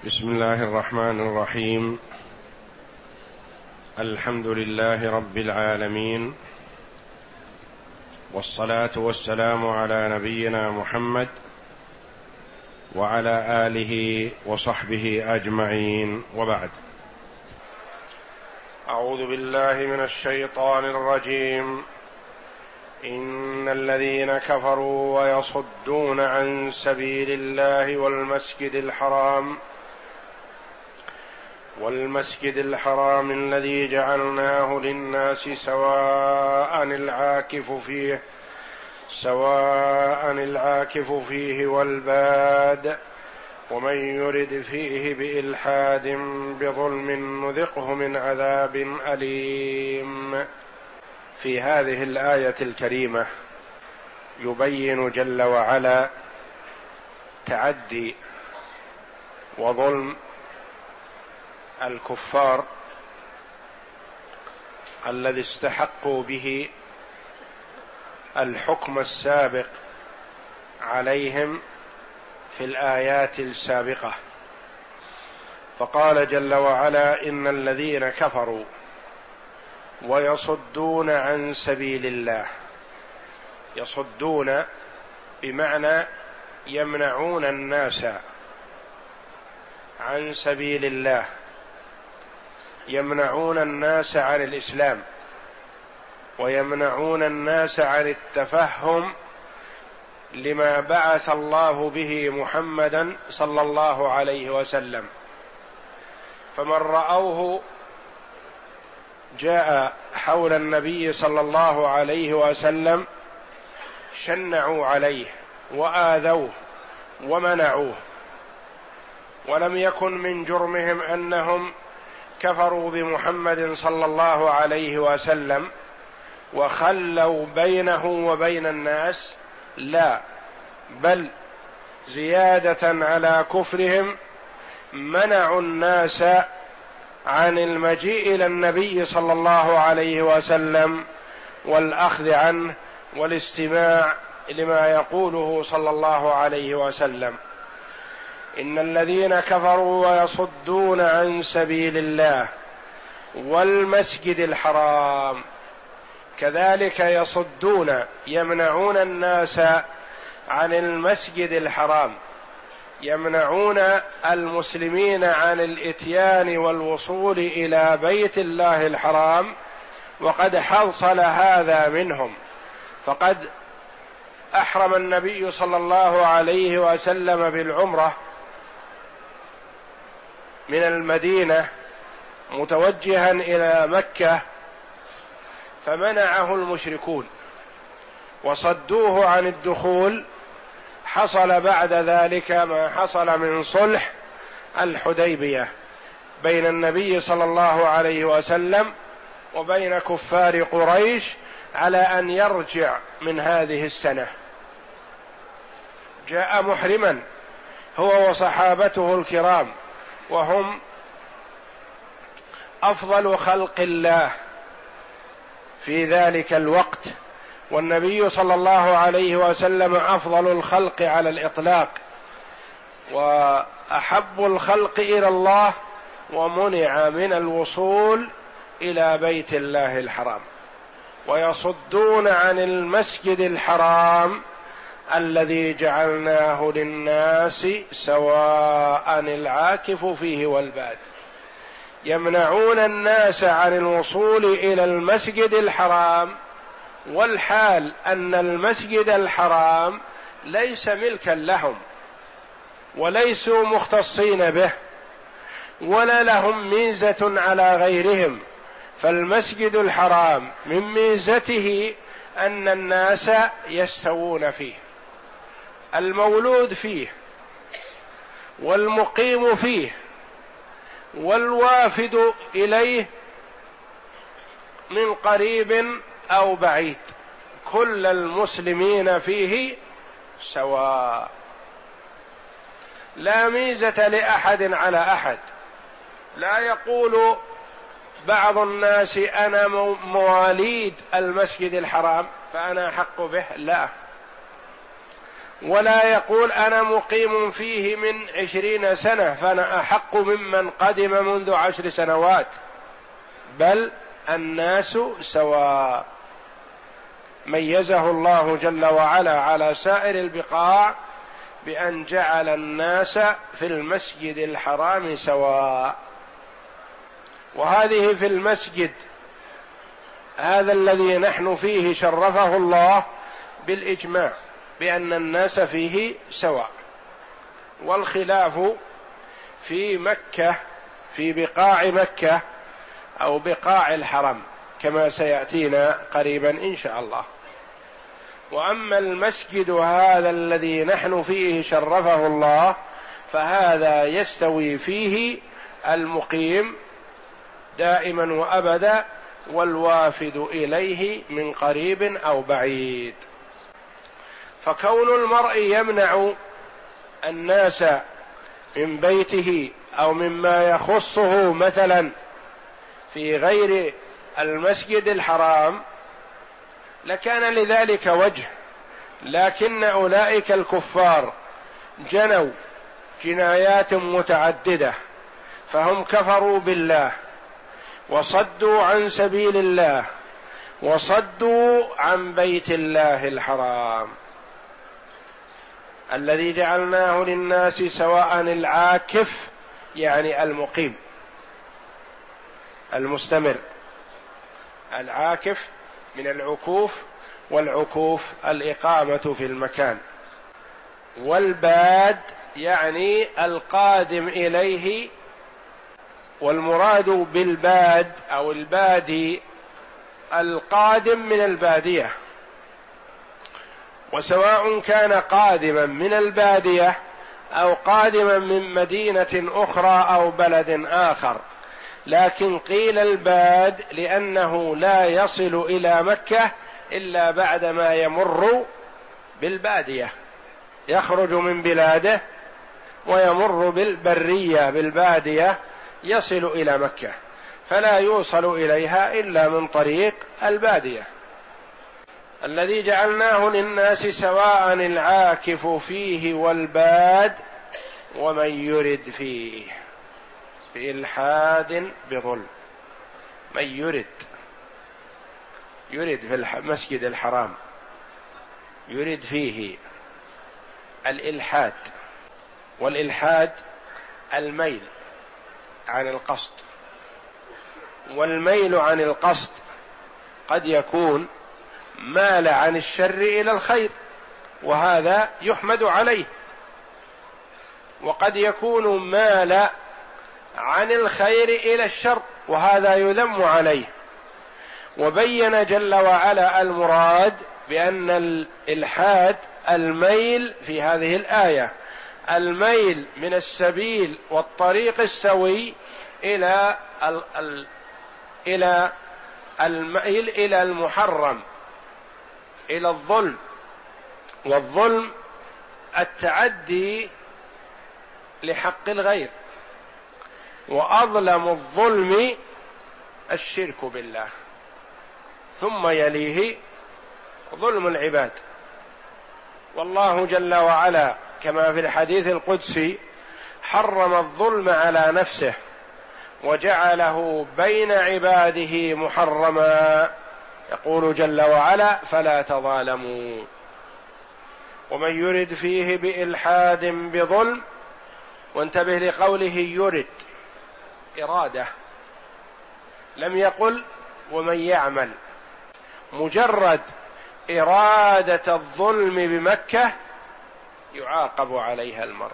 بسم الله الرحمن الرحيم. الحمد لله رب العالمين، والصلاة والسلام على نبينا محمد وعلى آله وصحبه أجمعين، وبعد. أعوذ بالله من الشيطان الرجيم. إن الذين كفروا ويصدون عن سبيل الله والمسجد الحرام الذي جعلناه للناس سواء العاكف فيه والباد، ومن يرد فيه بإلحاد بظلم نذقه من عذاب أليم. في هذه الآية الكريمة يبين جل وعلا تعدي وظلم الكفار الذي استحقوا به الحكم السابق عليهم في الآيات السابقة. فقال جل وعلا: إن الذين كفروا ويصدون عن سبيل الله. يصدون بمعنى يمنعون الناس عن سبيل الله، يمنعون الناس عن الإسلام، ويمنعون الناس عن التفهم لما بعث الله به محمدا صلى الله عليه وسلم. فمن رأوه جاء حول النبي صلى الله عليه وسلم شنعوا عليه وآذوه ومنعوه، ولم يكن من جرمهم أنهم كفروا بمحمد صلى الله عليه وسلم وخلوا بينه وبين الناس، لا، بل زيادة على كفرهم منعوا الناس عن المجيء إلى النبي صلى الله عليه وسلم والأخذ عنه والاستماع لما يقوله صلى الله عليه وسلم. إن الذين كفروا ويصدون عن سبيل الله والمسجد الحرام، كذلك يصدون يمنعون الناس عن المسجد الحرام، يمنعون المسلمين عن الإتيان والوصول إلى بيت الله الحرام، وقد حصل هذا منهم. فقد أحرم النبي صلى الله عليه وسلم بالعمرة من المدينة متوجها إلى مكة، فمنعه المشركون وصدوه عن الدخول. حصل بعد ذلك ما حصل من صلح الحديبية بين النبي صلى الله عليه وسلم وبين كفار قريش على أن يرجع من هذه السنة. جاء محرما هو وصحابته الكرام، وهم أفضل خلق الله في ذلك الوقت، والنبي صلى الله عليه وسلم أفضل الخلق على الإطلاق وأحب الخلق إلى الله، ومنع من الوصول إلى بيت الله الحرام. ويصدون عن المسجد الحرام الذي جعلناه للناس سواء العاكف فيه والباد، يمنعون الناس عن الوصول إلى المسجد الحرام، والحال أن المسجد الحرام ليس ملكا لهم وليسوا مختصين به ولا لهم ميزة على غيرهم. فالمسجد الحرام من ميزته أن الناس يستوون فيه، المولود فيه والمقيم فيه والوافد إليه من قريب أو بعيد، كل المسلمين فيه سواء، لا ميزة لأحد على أحد. لا يقول بعض الناس أنا مواليد المسجد الحرام فأنا أحق به، لا، ولا يقول أنا مقيم فيه من 20 سنة فأنا أحق ممن قدم منذ 10 سنوات، بل الناس سواء. ميزه الله جل وعلا على سائر البقاع بأن جعل الناس في المسجد الحرام سواء. وهذه في المسجد هذا الذي نحن فيه شرفه الله بالإجماع بأن الناس فيه سواء، والخلاف في مكة، في بقاع مكة أو بقاع الحرم كما سيأتينا قريبا إن شاء الله. وأما المسجد هذا الذي نحن فيه شرفه الله فهذا يستوي فيه المقيم دائما وأبدا والوافد إليه من قريب أو بعيد. فكون المرء يمنع الناس من بيته أو مما يخصه مثلا في غير المسجد الحرام لكان لذلك وجه، لكن أولئك الكفار جنوا جنايات متعددة، فهم كفروا بالله وصدوا عن سبيل الله وصدوا عن بيت الله الحرام الذي جعلناه للناس سواء العاكف يعني المقيم المستمر، العاكف من العكوف، والعكوف الإقامة في المكان، والباد يعني القادم إليه، والمراد بالباد أو البادي القادم من البادية، وسواء كان قادما من البادية أو قادما من مدينة أخرى أو بلد آخر، لكن قيل الباد لأنه لا يصل إلى مكة إلا بعدما يمر بالبادية، يخرج من بلاده ويمر بالبرية بالبادية يصل إلى مكة، فلا يوصل إليها إلا من طريق البادية. الذي جعلناه للناس سواء العاكف فيه والباد ومن يرد فيه بإلحاد بظلم. من يرد في المسجد الحرام يرد فيه الإلحاد، والإلحاد الميل عن القصد، والميل عن القصد قد يكون مال عن الشر إلى الخير وهذا يحمد عليه، وقد يكون مال عن الخير إلى الشر وهذا يذم عليه. وبين جل وعلا المراد بأن الإلحاد الميل في هذه الآية، الميل من السبيل والطريق السوي إلى الميل إلى المحرم، إلى الظلم، والظلم التعدي لحق الغير، وأظلم الظلم الشرك بالله، ثم يليه ظلم العباد. والله جل وعلا كما في الحديث القدسي حرم الظلم على نفسه وجعله بين عباده محرما، يقول جل وعلا فلا تظالموا. ومن يرد فيه بإلحاد بظلم، وانتبه لقوله يرد إرادة، لم يقل ومن يعمل، مجرد إرادة الظلم بمكة يعاقب عليها المرء.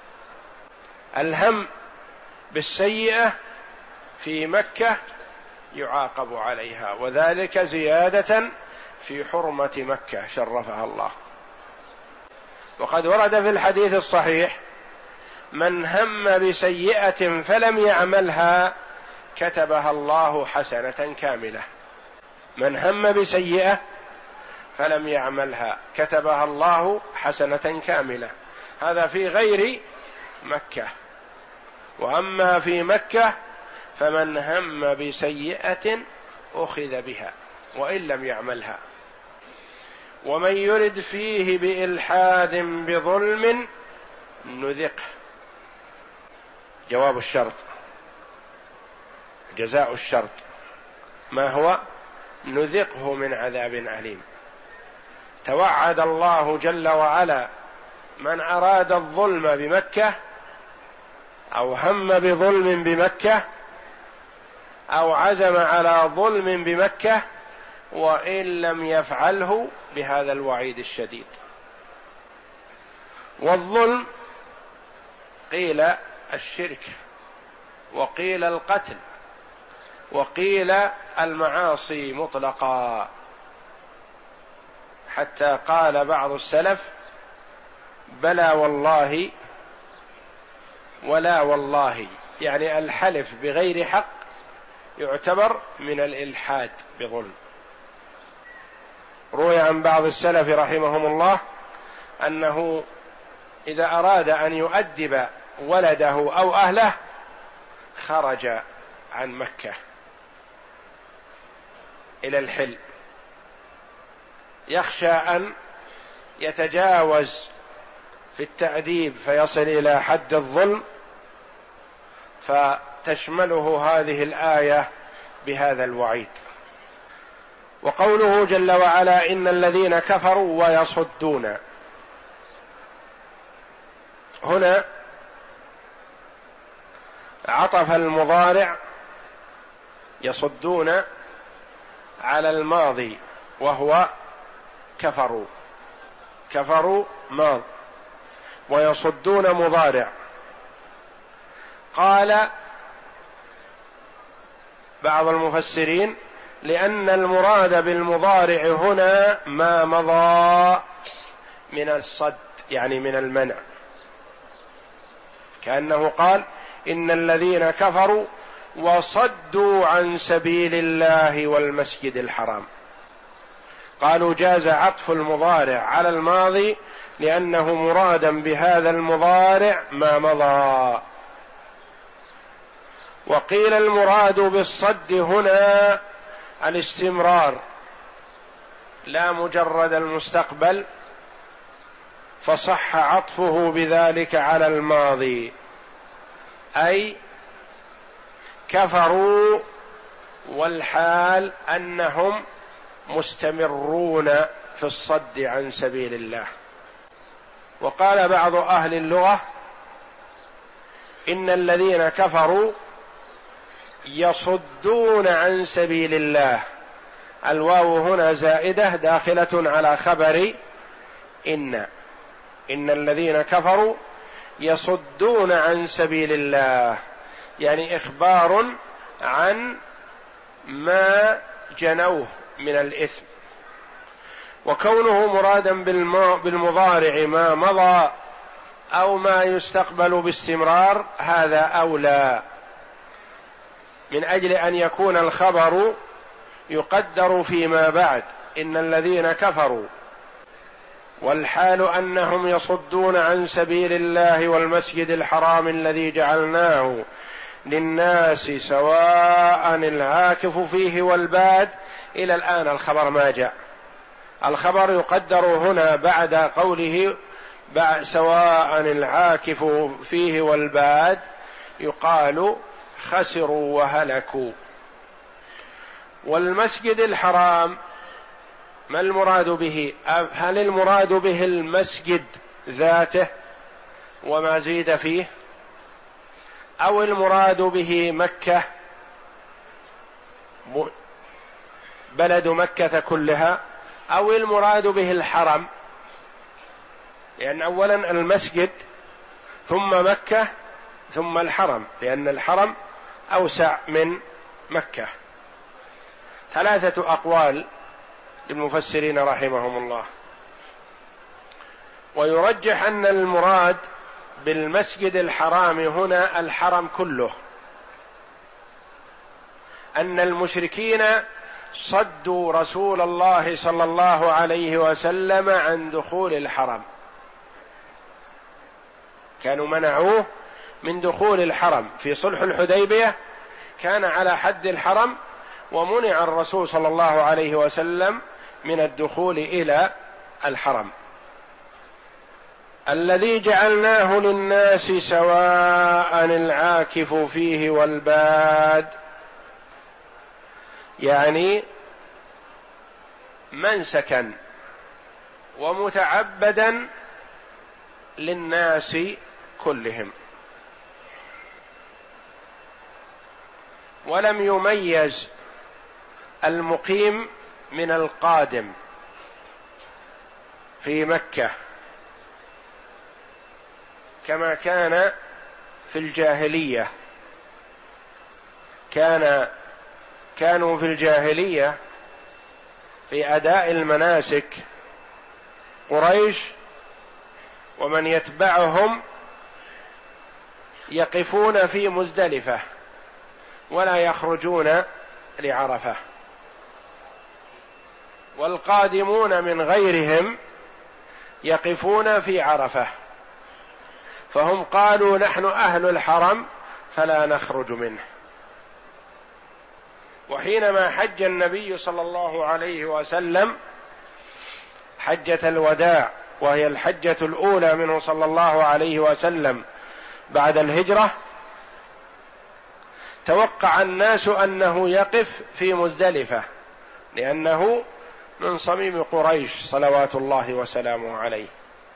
الهم بالسيئة في مكة يعاقب عليها، وذلك زيادة في حرمة مكة شرفها الله. وقد ورد في الحديث الصحيح من هم بسيئة فلم يعملها كتبها الله حسنة كاملة. من هم بسيئة فلم يعملها كتبها الله حسنة كاملة، هذا في غير مكة. وأما في مكة فمن هم بسيئة أخذ بها وإن لم يعملها. ومن يرد فيه بإلحاد بظلم نذقه. جواب الشرط، جزاء الشرط ما هو؟ نذقه من عذاب أليم. توعد الله جل وعلا من أراد الظلم بمكة أو هم بظلم بمكة أو عزم على ظلم بمكة وإن لم يفعله بهذا الوعيد الشديد. والظلم قيل الشرك، وقيل القتل، وقيل المعاصي مطلقا، حتى قال بعض السلف: بلى والله ولا والله، يعني الحلف بغير حق يعتبر من الإلحاد بظلم. روي عن بعض السلف رحمهم الله أنه إذا أراد أن يؤدب ولده أو أهله خرج عن مكة إلى الحل، يخشى أن يتجاوز في التأديب فيصل إلى حد الظلم، فتشمله هذه الآية بهذا الوعيد. وقوله جل وعلا: إن الذين كفروا ويصدون، هنا عطف المضارع يصدون على الماضي وهو كفروا، كفروا ماض ويصدون مضارع. قال بعض المفسرين: لأن المراد بالمضارع هنا ما مضى من الصد، يعني من المنع، كأنه قال: إن الذين كفروا وصدوا عن سبيل الله والمسجد الحرام. قالوا جاز عطف المضارع على الماضي لأنه مرادا بهذا المضارع ما مضى. وقيل المراد بالصد هنا الاستمرار لا مجرد المستقبل، فصح عطفه بذلك على الماضي، أي كفروا والحال أنهم مستمرون في الصد عن سبيل الله. وقال بعض أهل اللغة: إن الذين كفروا يصدون عن سبيل الله، الواو هنا زائدة داخلة على خبر إن الذين كفروا يصدون عن سبيل الله، يعني إخبار عن ما جنوه من الإثم. وكونه مرادا بالمضارع ما مضى أو ما يستقبل باستمرار هذا أولى، من أجل أن يكون الخبر يقدر فيما بعد: إن الذين كفروا، والحال أنهم يصدون عن سبيل الله والمسجد الحرام الذي جعلناه للناس سواء العاكف فيه والباد. إلى الآن الخبر ما جاء، الخبر يقدر هنا بعد قوله سواء العاكف فيه والباد، يقال خسروا وهلكوا. والمسجد الحرام ما المراد به؟ هل المراد به المسجد ذاته وما زيد فيه، أو المراد به مكة بلد مكة كلها، أو المراد به الحرم؟ لأن أولا المسجد ثم مكة ثم الحرم، لأن الحرم أوسع من مكة. ثلاثة أقوال للمفسرين رحمهم الله. ويرجح أن المراد بالمسجد الحرام هنا الحرم كله، أن المشركين صدوا رسول الله صلى الله عليه وسلم عن دخول الحرم، كانوا منعوه من دخول الحرم. في صلح الحديبية كان على حد الحرم، ومنع الرسول صلى الله عليه وسلم من الدخول إلى الحرم. الذي جعلناه للناس سواء العاكف فيه والباد، يعني منسكا ومتعبدا للناس كلهم، ولم يميز المقيم من القادم في مكة كما كان في الجاهلية. كانوا في الجاهلية في أداء المناسك قريش ومن يتبعهم يقفون في مزدلفة ولا يخرجون لعرفة، والقادمون من غيرهم يقفون في عرفة، فهم قالوا نحن أهل الحرم فلا نخرج منه. وحينما حج النبي صلى الله عليه وسلم حجة الوداع، وهي الحجة الأولى منه صلى الله عليه وسلم بعد الهجرة، توقع الناس أنه يقف في مزدلفة لأنه من صميم قريش صلوات الله وسلامه عليه،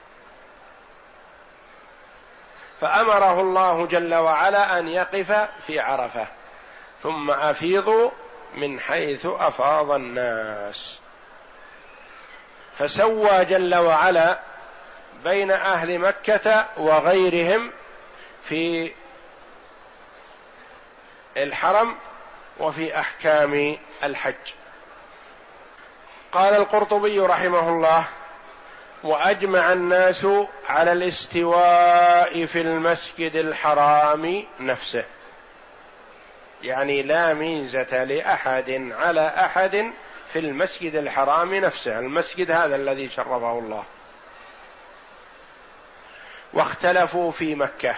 فأمره الله جل وعلا أن يقف في عرفة، ثم أفيضوا من حيث أفاض الناس. فسوى جل وعلا بين أهل مكة وغيرهم في الحرم وفي أحكام الحج. قال القرطبي رحمه الله: وأجمع الناس على الاستواء في المسجد الحرام نفسه، يعني لا ميزة لأحد على أحد في المسجد الحرام نفسه، المسجد هذا الذي شرفه الله. واختلفوا في مكة،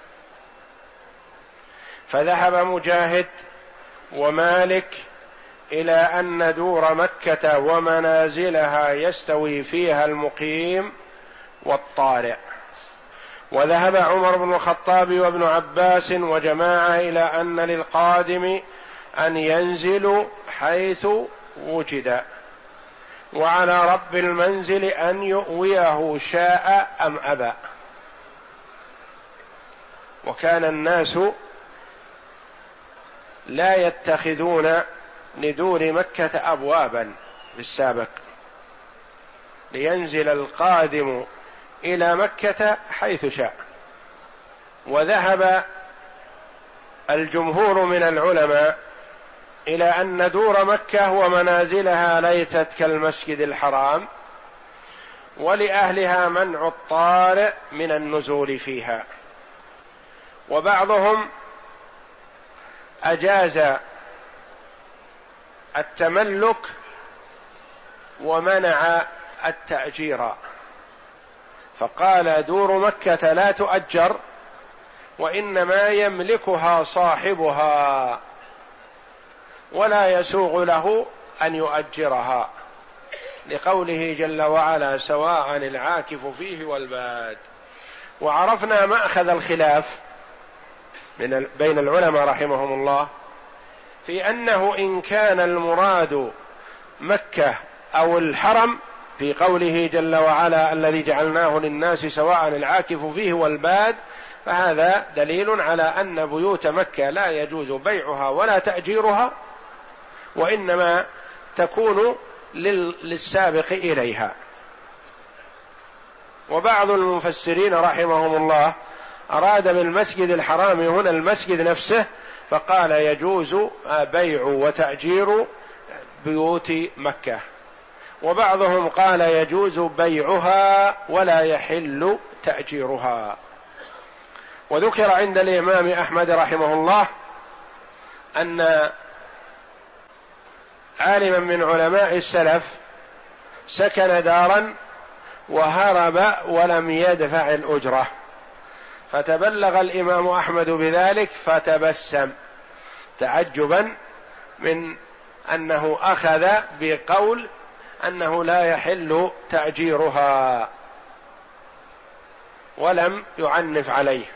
فذهب مجاهد ومالك إلى أن دور مكة ومنازلها يستوي فيها المقيم والطارئ، وذهب عمر بن الخطاب وابن عباس وجماعة إلى أن للقادم أن ينزل حيث وجد، وعلى رب المنزل أن يؤويه شاء أم أبى. وكان الناس لا يتخذون لدور مكة أبوابا في السابق، لينزل القادم إلى مكة حيث شاء. وذهب الجمهور من العلماء إلى أن دور مكة ومنازلها ليست كالمسجد الحرام، ولأهلها منع الطارئ من النزول فيها. وبعضهم أجاز التملك ومنع التأجير، فقال دور مكة لا تؤجر وإنما يملكها صاحبها ولا يسوغ له أن يؤجرها، لقوله جل وعلا: سواء العاكف فيه والباد. وعرفنا مأخذ الخلاف بين العلماء رحمهم الله في أنه إن كان المراد مكة أو الحرم في قوله جل وعلا: الذي جعلناه للناس سواء العاكف فيه والباد، فهذا دليل على أن بيوت مكة لا يجوز بيعها ولا تأجيرها، وإنما تكون للسابق إليها. وبعض المفسرين رحمهم الله أراد بالمسجد الحرام هنا المسجد نفسه، فقال يجوز بيع وتأجير بيوت مكة. وبعضهم قال يجوز بيعها ولا يحل تأجيرها. وذكر عند الإمام أحمد رحمه الله أن عالما من علماء السلف سكن دارا وهرب ولم يدفع الأجرة، فتبلغ الإمام أحمد بذلك فتبسم تعجبا من أنه أخذ بقول أنه لا يحل تأجيرها ولم يعنف عليه.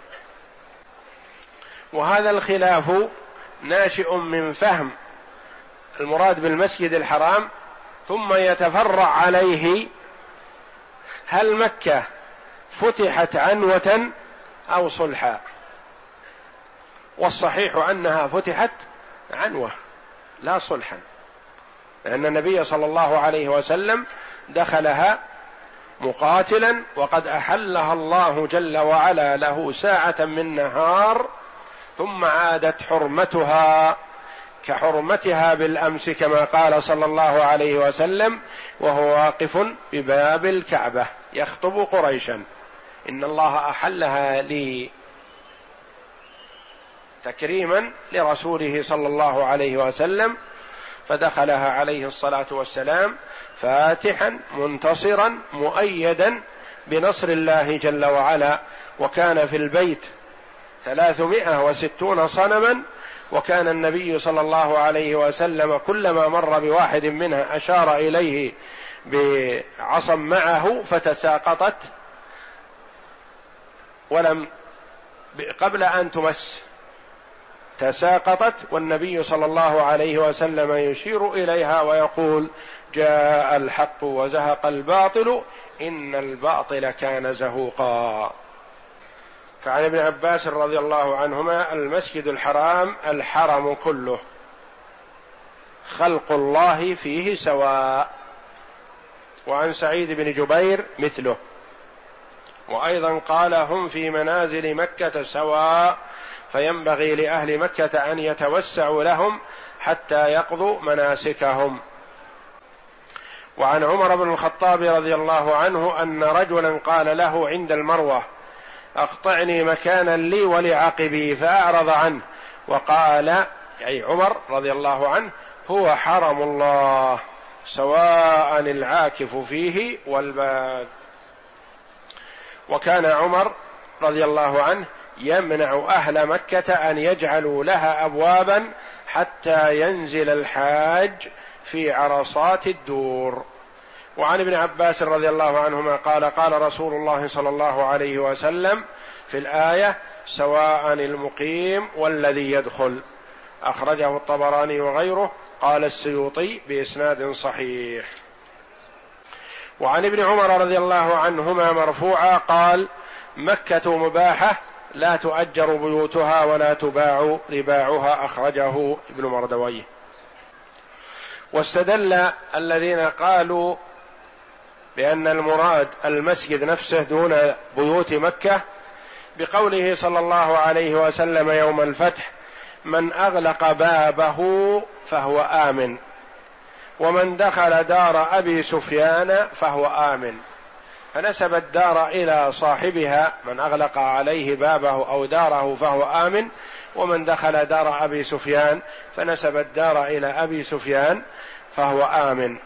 وهذا الخلاف ناشئ من فهم المراد بالمسجد الحرام، ثم يتفرع عليه هل مكة فتحت عنوة أو صلحا؟ والصحيح أنها فتحت عنوة لا صلحا، لأن النبي صلى الله عليه وسلم دخلها مقاتلا، وقد أحلها الله جل وعلا له ساعة من نهار، ثم عادت حرمتها كحرمتها بالأمس كما قال صلى الله عليه وسلم وهو واقف بباب الكعبة يخطب قريشا: إن الله أحلها لي، تكريما لرسوله صلى الله عليه وسلم، فدخلها عليه الصلاة والسلام فاتحا منتصرا مؤيدا بنصر الله جل وعلا. وكان في البيت 360 صنما، وكان النبي صلى الله عليه وسلم كلما مر بواحد منها أشار إليه بعصا معه فتساقطت ولم قبل أن تمس، تساقطت، والنبي صلى الله عليه وسلم يشير إليها ويقول: جاء الحق وزهق الباطل إن الباطل كان زهوقا. فعن ابن عباس رضي الله عنهما: المسجد الحرام الحرم كله، خلق الله فيه سواء. وعن سعيد بن جبير مثله. وأيضا قال: هم في منازل مكة سواء، فينبغي لأهل مكة أن يتوسعوا لهم حتى يقضوا مناسكهم. وعن عمر بن الخطاب رضي الله عنه أن رجلا قال له عند المروة: أقطعني مكانا لي ولعقبي، فأعرض عنه وقال، أي عمر رضي الله عنه: هو حرم الله سواء العاكف فيه والباد. وكان عمر رضي الله عنه يمنع أهل مكة أن يجعلوا لها أبوابا حتى ينزل الحاج في عرصات الدور. وعن ابن عباس رضي الله عنهما قال: قال رسول الله صلى الله عليه وسلم في الآية: سواء المقيم والذي يدخل. أخرجه الطبراني وغيره. قال السيوطي بإسناد صحيح. وعن ابن عمر رضي الله عنهما مرفوعا قال: مكة مباحة لا تؤجر بيوتها ولا تباع رباعها. أخرجه ابن مردويه. واستدل الذين قالوا بأن المراد المسجد نفسه دون بيوت مكة بقوله صلى الله عليه وسلم يوم الفتح: من أغلق بابه فهو آمن، ومن دخل دار أبي سفيان فهو آمن. فنسب الدار إلى صاحبها، من أغلق عليه بابه أو داره فهو آمن، ومن دخل دار أبي سفيان فنسب الدار إلى أبي سفيان فهو آمن.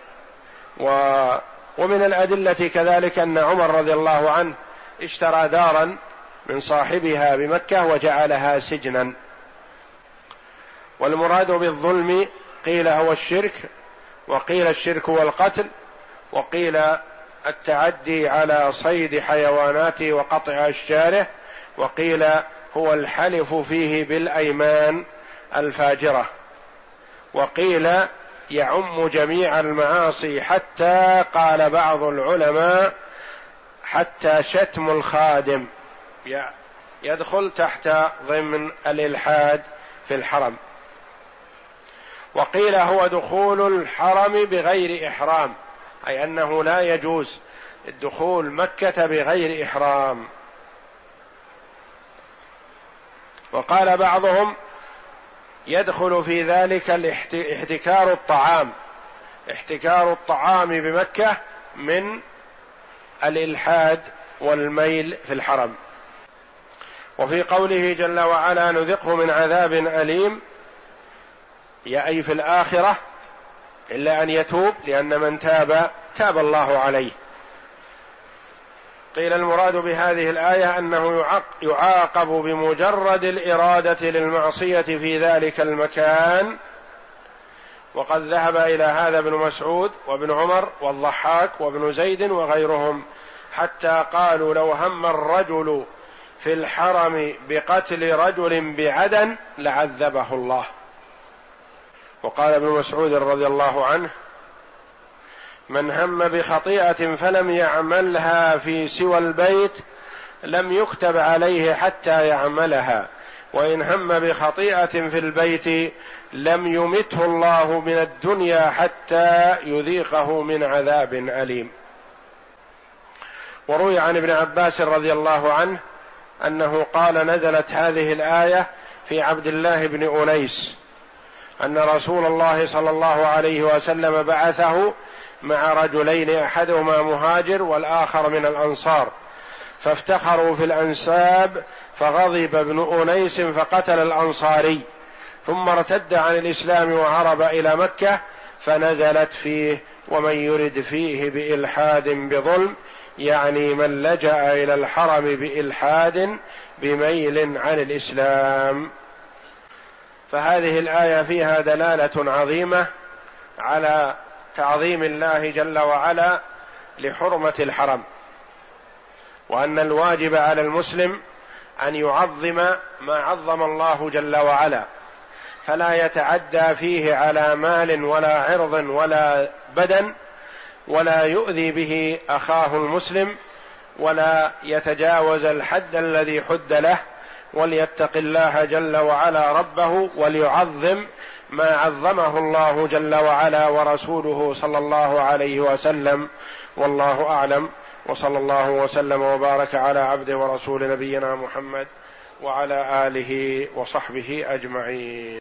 ومن الأدلة كذلك أن عمر رضي الله عنه اشترى دارا من صاحبها بمكة وجعلها سجنا. والمراد بالظلم قيل هو الشرك، وقيل الشرك والقتل، وقيل التعدي على صيد حيواناته وقطع أشجاره، وقيل هو الحلف فيه بالأيمان الفاجرة، وقيل يعم جميع المعاصي، حتى قال بعض العلماء حتى شتم الخادم يدخل تحت ضمن الإلحاد في الحرم. وقيل هو دخول الحرم بغير إحرام، أي أنه لا يجوز الدخول مكة بغير إحرام. وقال بعضهم يدخل في ذلك احتكار الطعام، احتكار الطعام بمكة من الإلحاد والميل في الحرم. وفي قوله جل وعلا: نذقه من عذاب أليم، أي في الآخرة، إلا أن يتوب، لأن من تاب تاب الله عليه. قيل المراد بهذه الآية أنه يعاقب بمجرد الإرادة للمعصية في ذلك المكان وقد ذهب إلى هذا ابن مسعود وابن عمر والضحاك وابن زيد وغيرهم، حتى قالوا لو هم الرجل في الحرم بقتل رجل بعدن لعذبه الله. وقال ابن مسعود رضي الله عنه: من هم بخطيئة فلم يعملها في سوى البيت لم يكتب عليه حتى يعملها، وإن هم بخطيئة في البيت لم يمته الله من الدنيا حتى يذيقه من عذاب أليم. وروي عن ابن عباس رضي الله عنه أنه قال: نزلت هذه الآية في عبد الله بن أنيس، أن رسول الله صلى الله عليه وسلم بعثه مع رجلين، أحدهما مهاجر والآخر من الأنصار، فافتخروا في الأنساب، فغضب ابن أنيس فقتل الأنصاري، ثم ارتد عن الإسلام وهرب إلى مكة، فنزلت فيه: ومن يرد فيه بإلحاد بظلم، يعني من لجأ إلى الحرم بإلحاد بميل عن الإسلام. فهذه الآية فيها دلالة عظيمة على تعظيم الله جل وعلا لحرمة الحرم، وأن الواجب على المسلم أن يعظم ما عظم الله جل وعلا، فلا يتعدى فيه على مال ولا عرض ولا بدن، ولا يؤذي به أخاه المسلم، ولا يتجاوز الحد الذي حد له، وليتق الله جل وعلا ربه، وليعظم ما عظمه الله جل وعلا ورسوله صلى الله عليه وسلم. والله أعلم، وصلى الله وسلم وبارك على عبده ورسول نبينا محمد وعلى آله وصحبه أجمعين.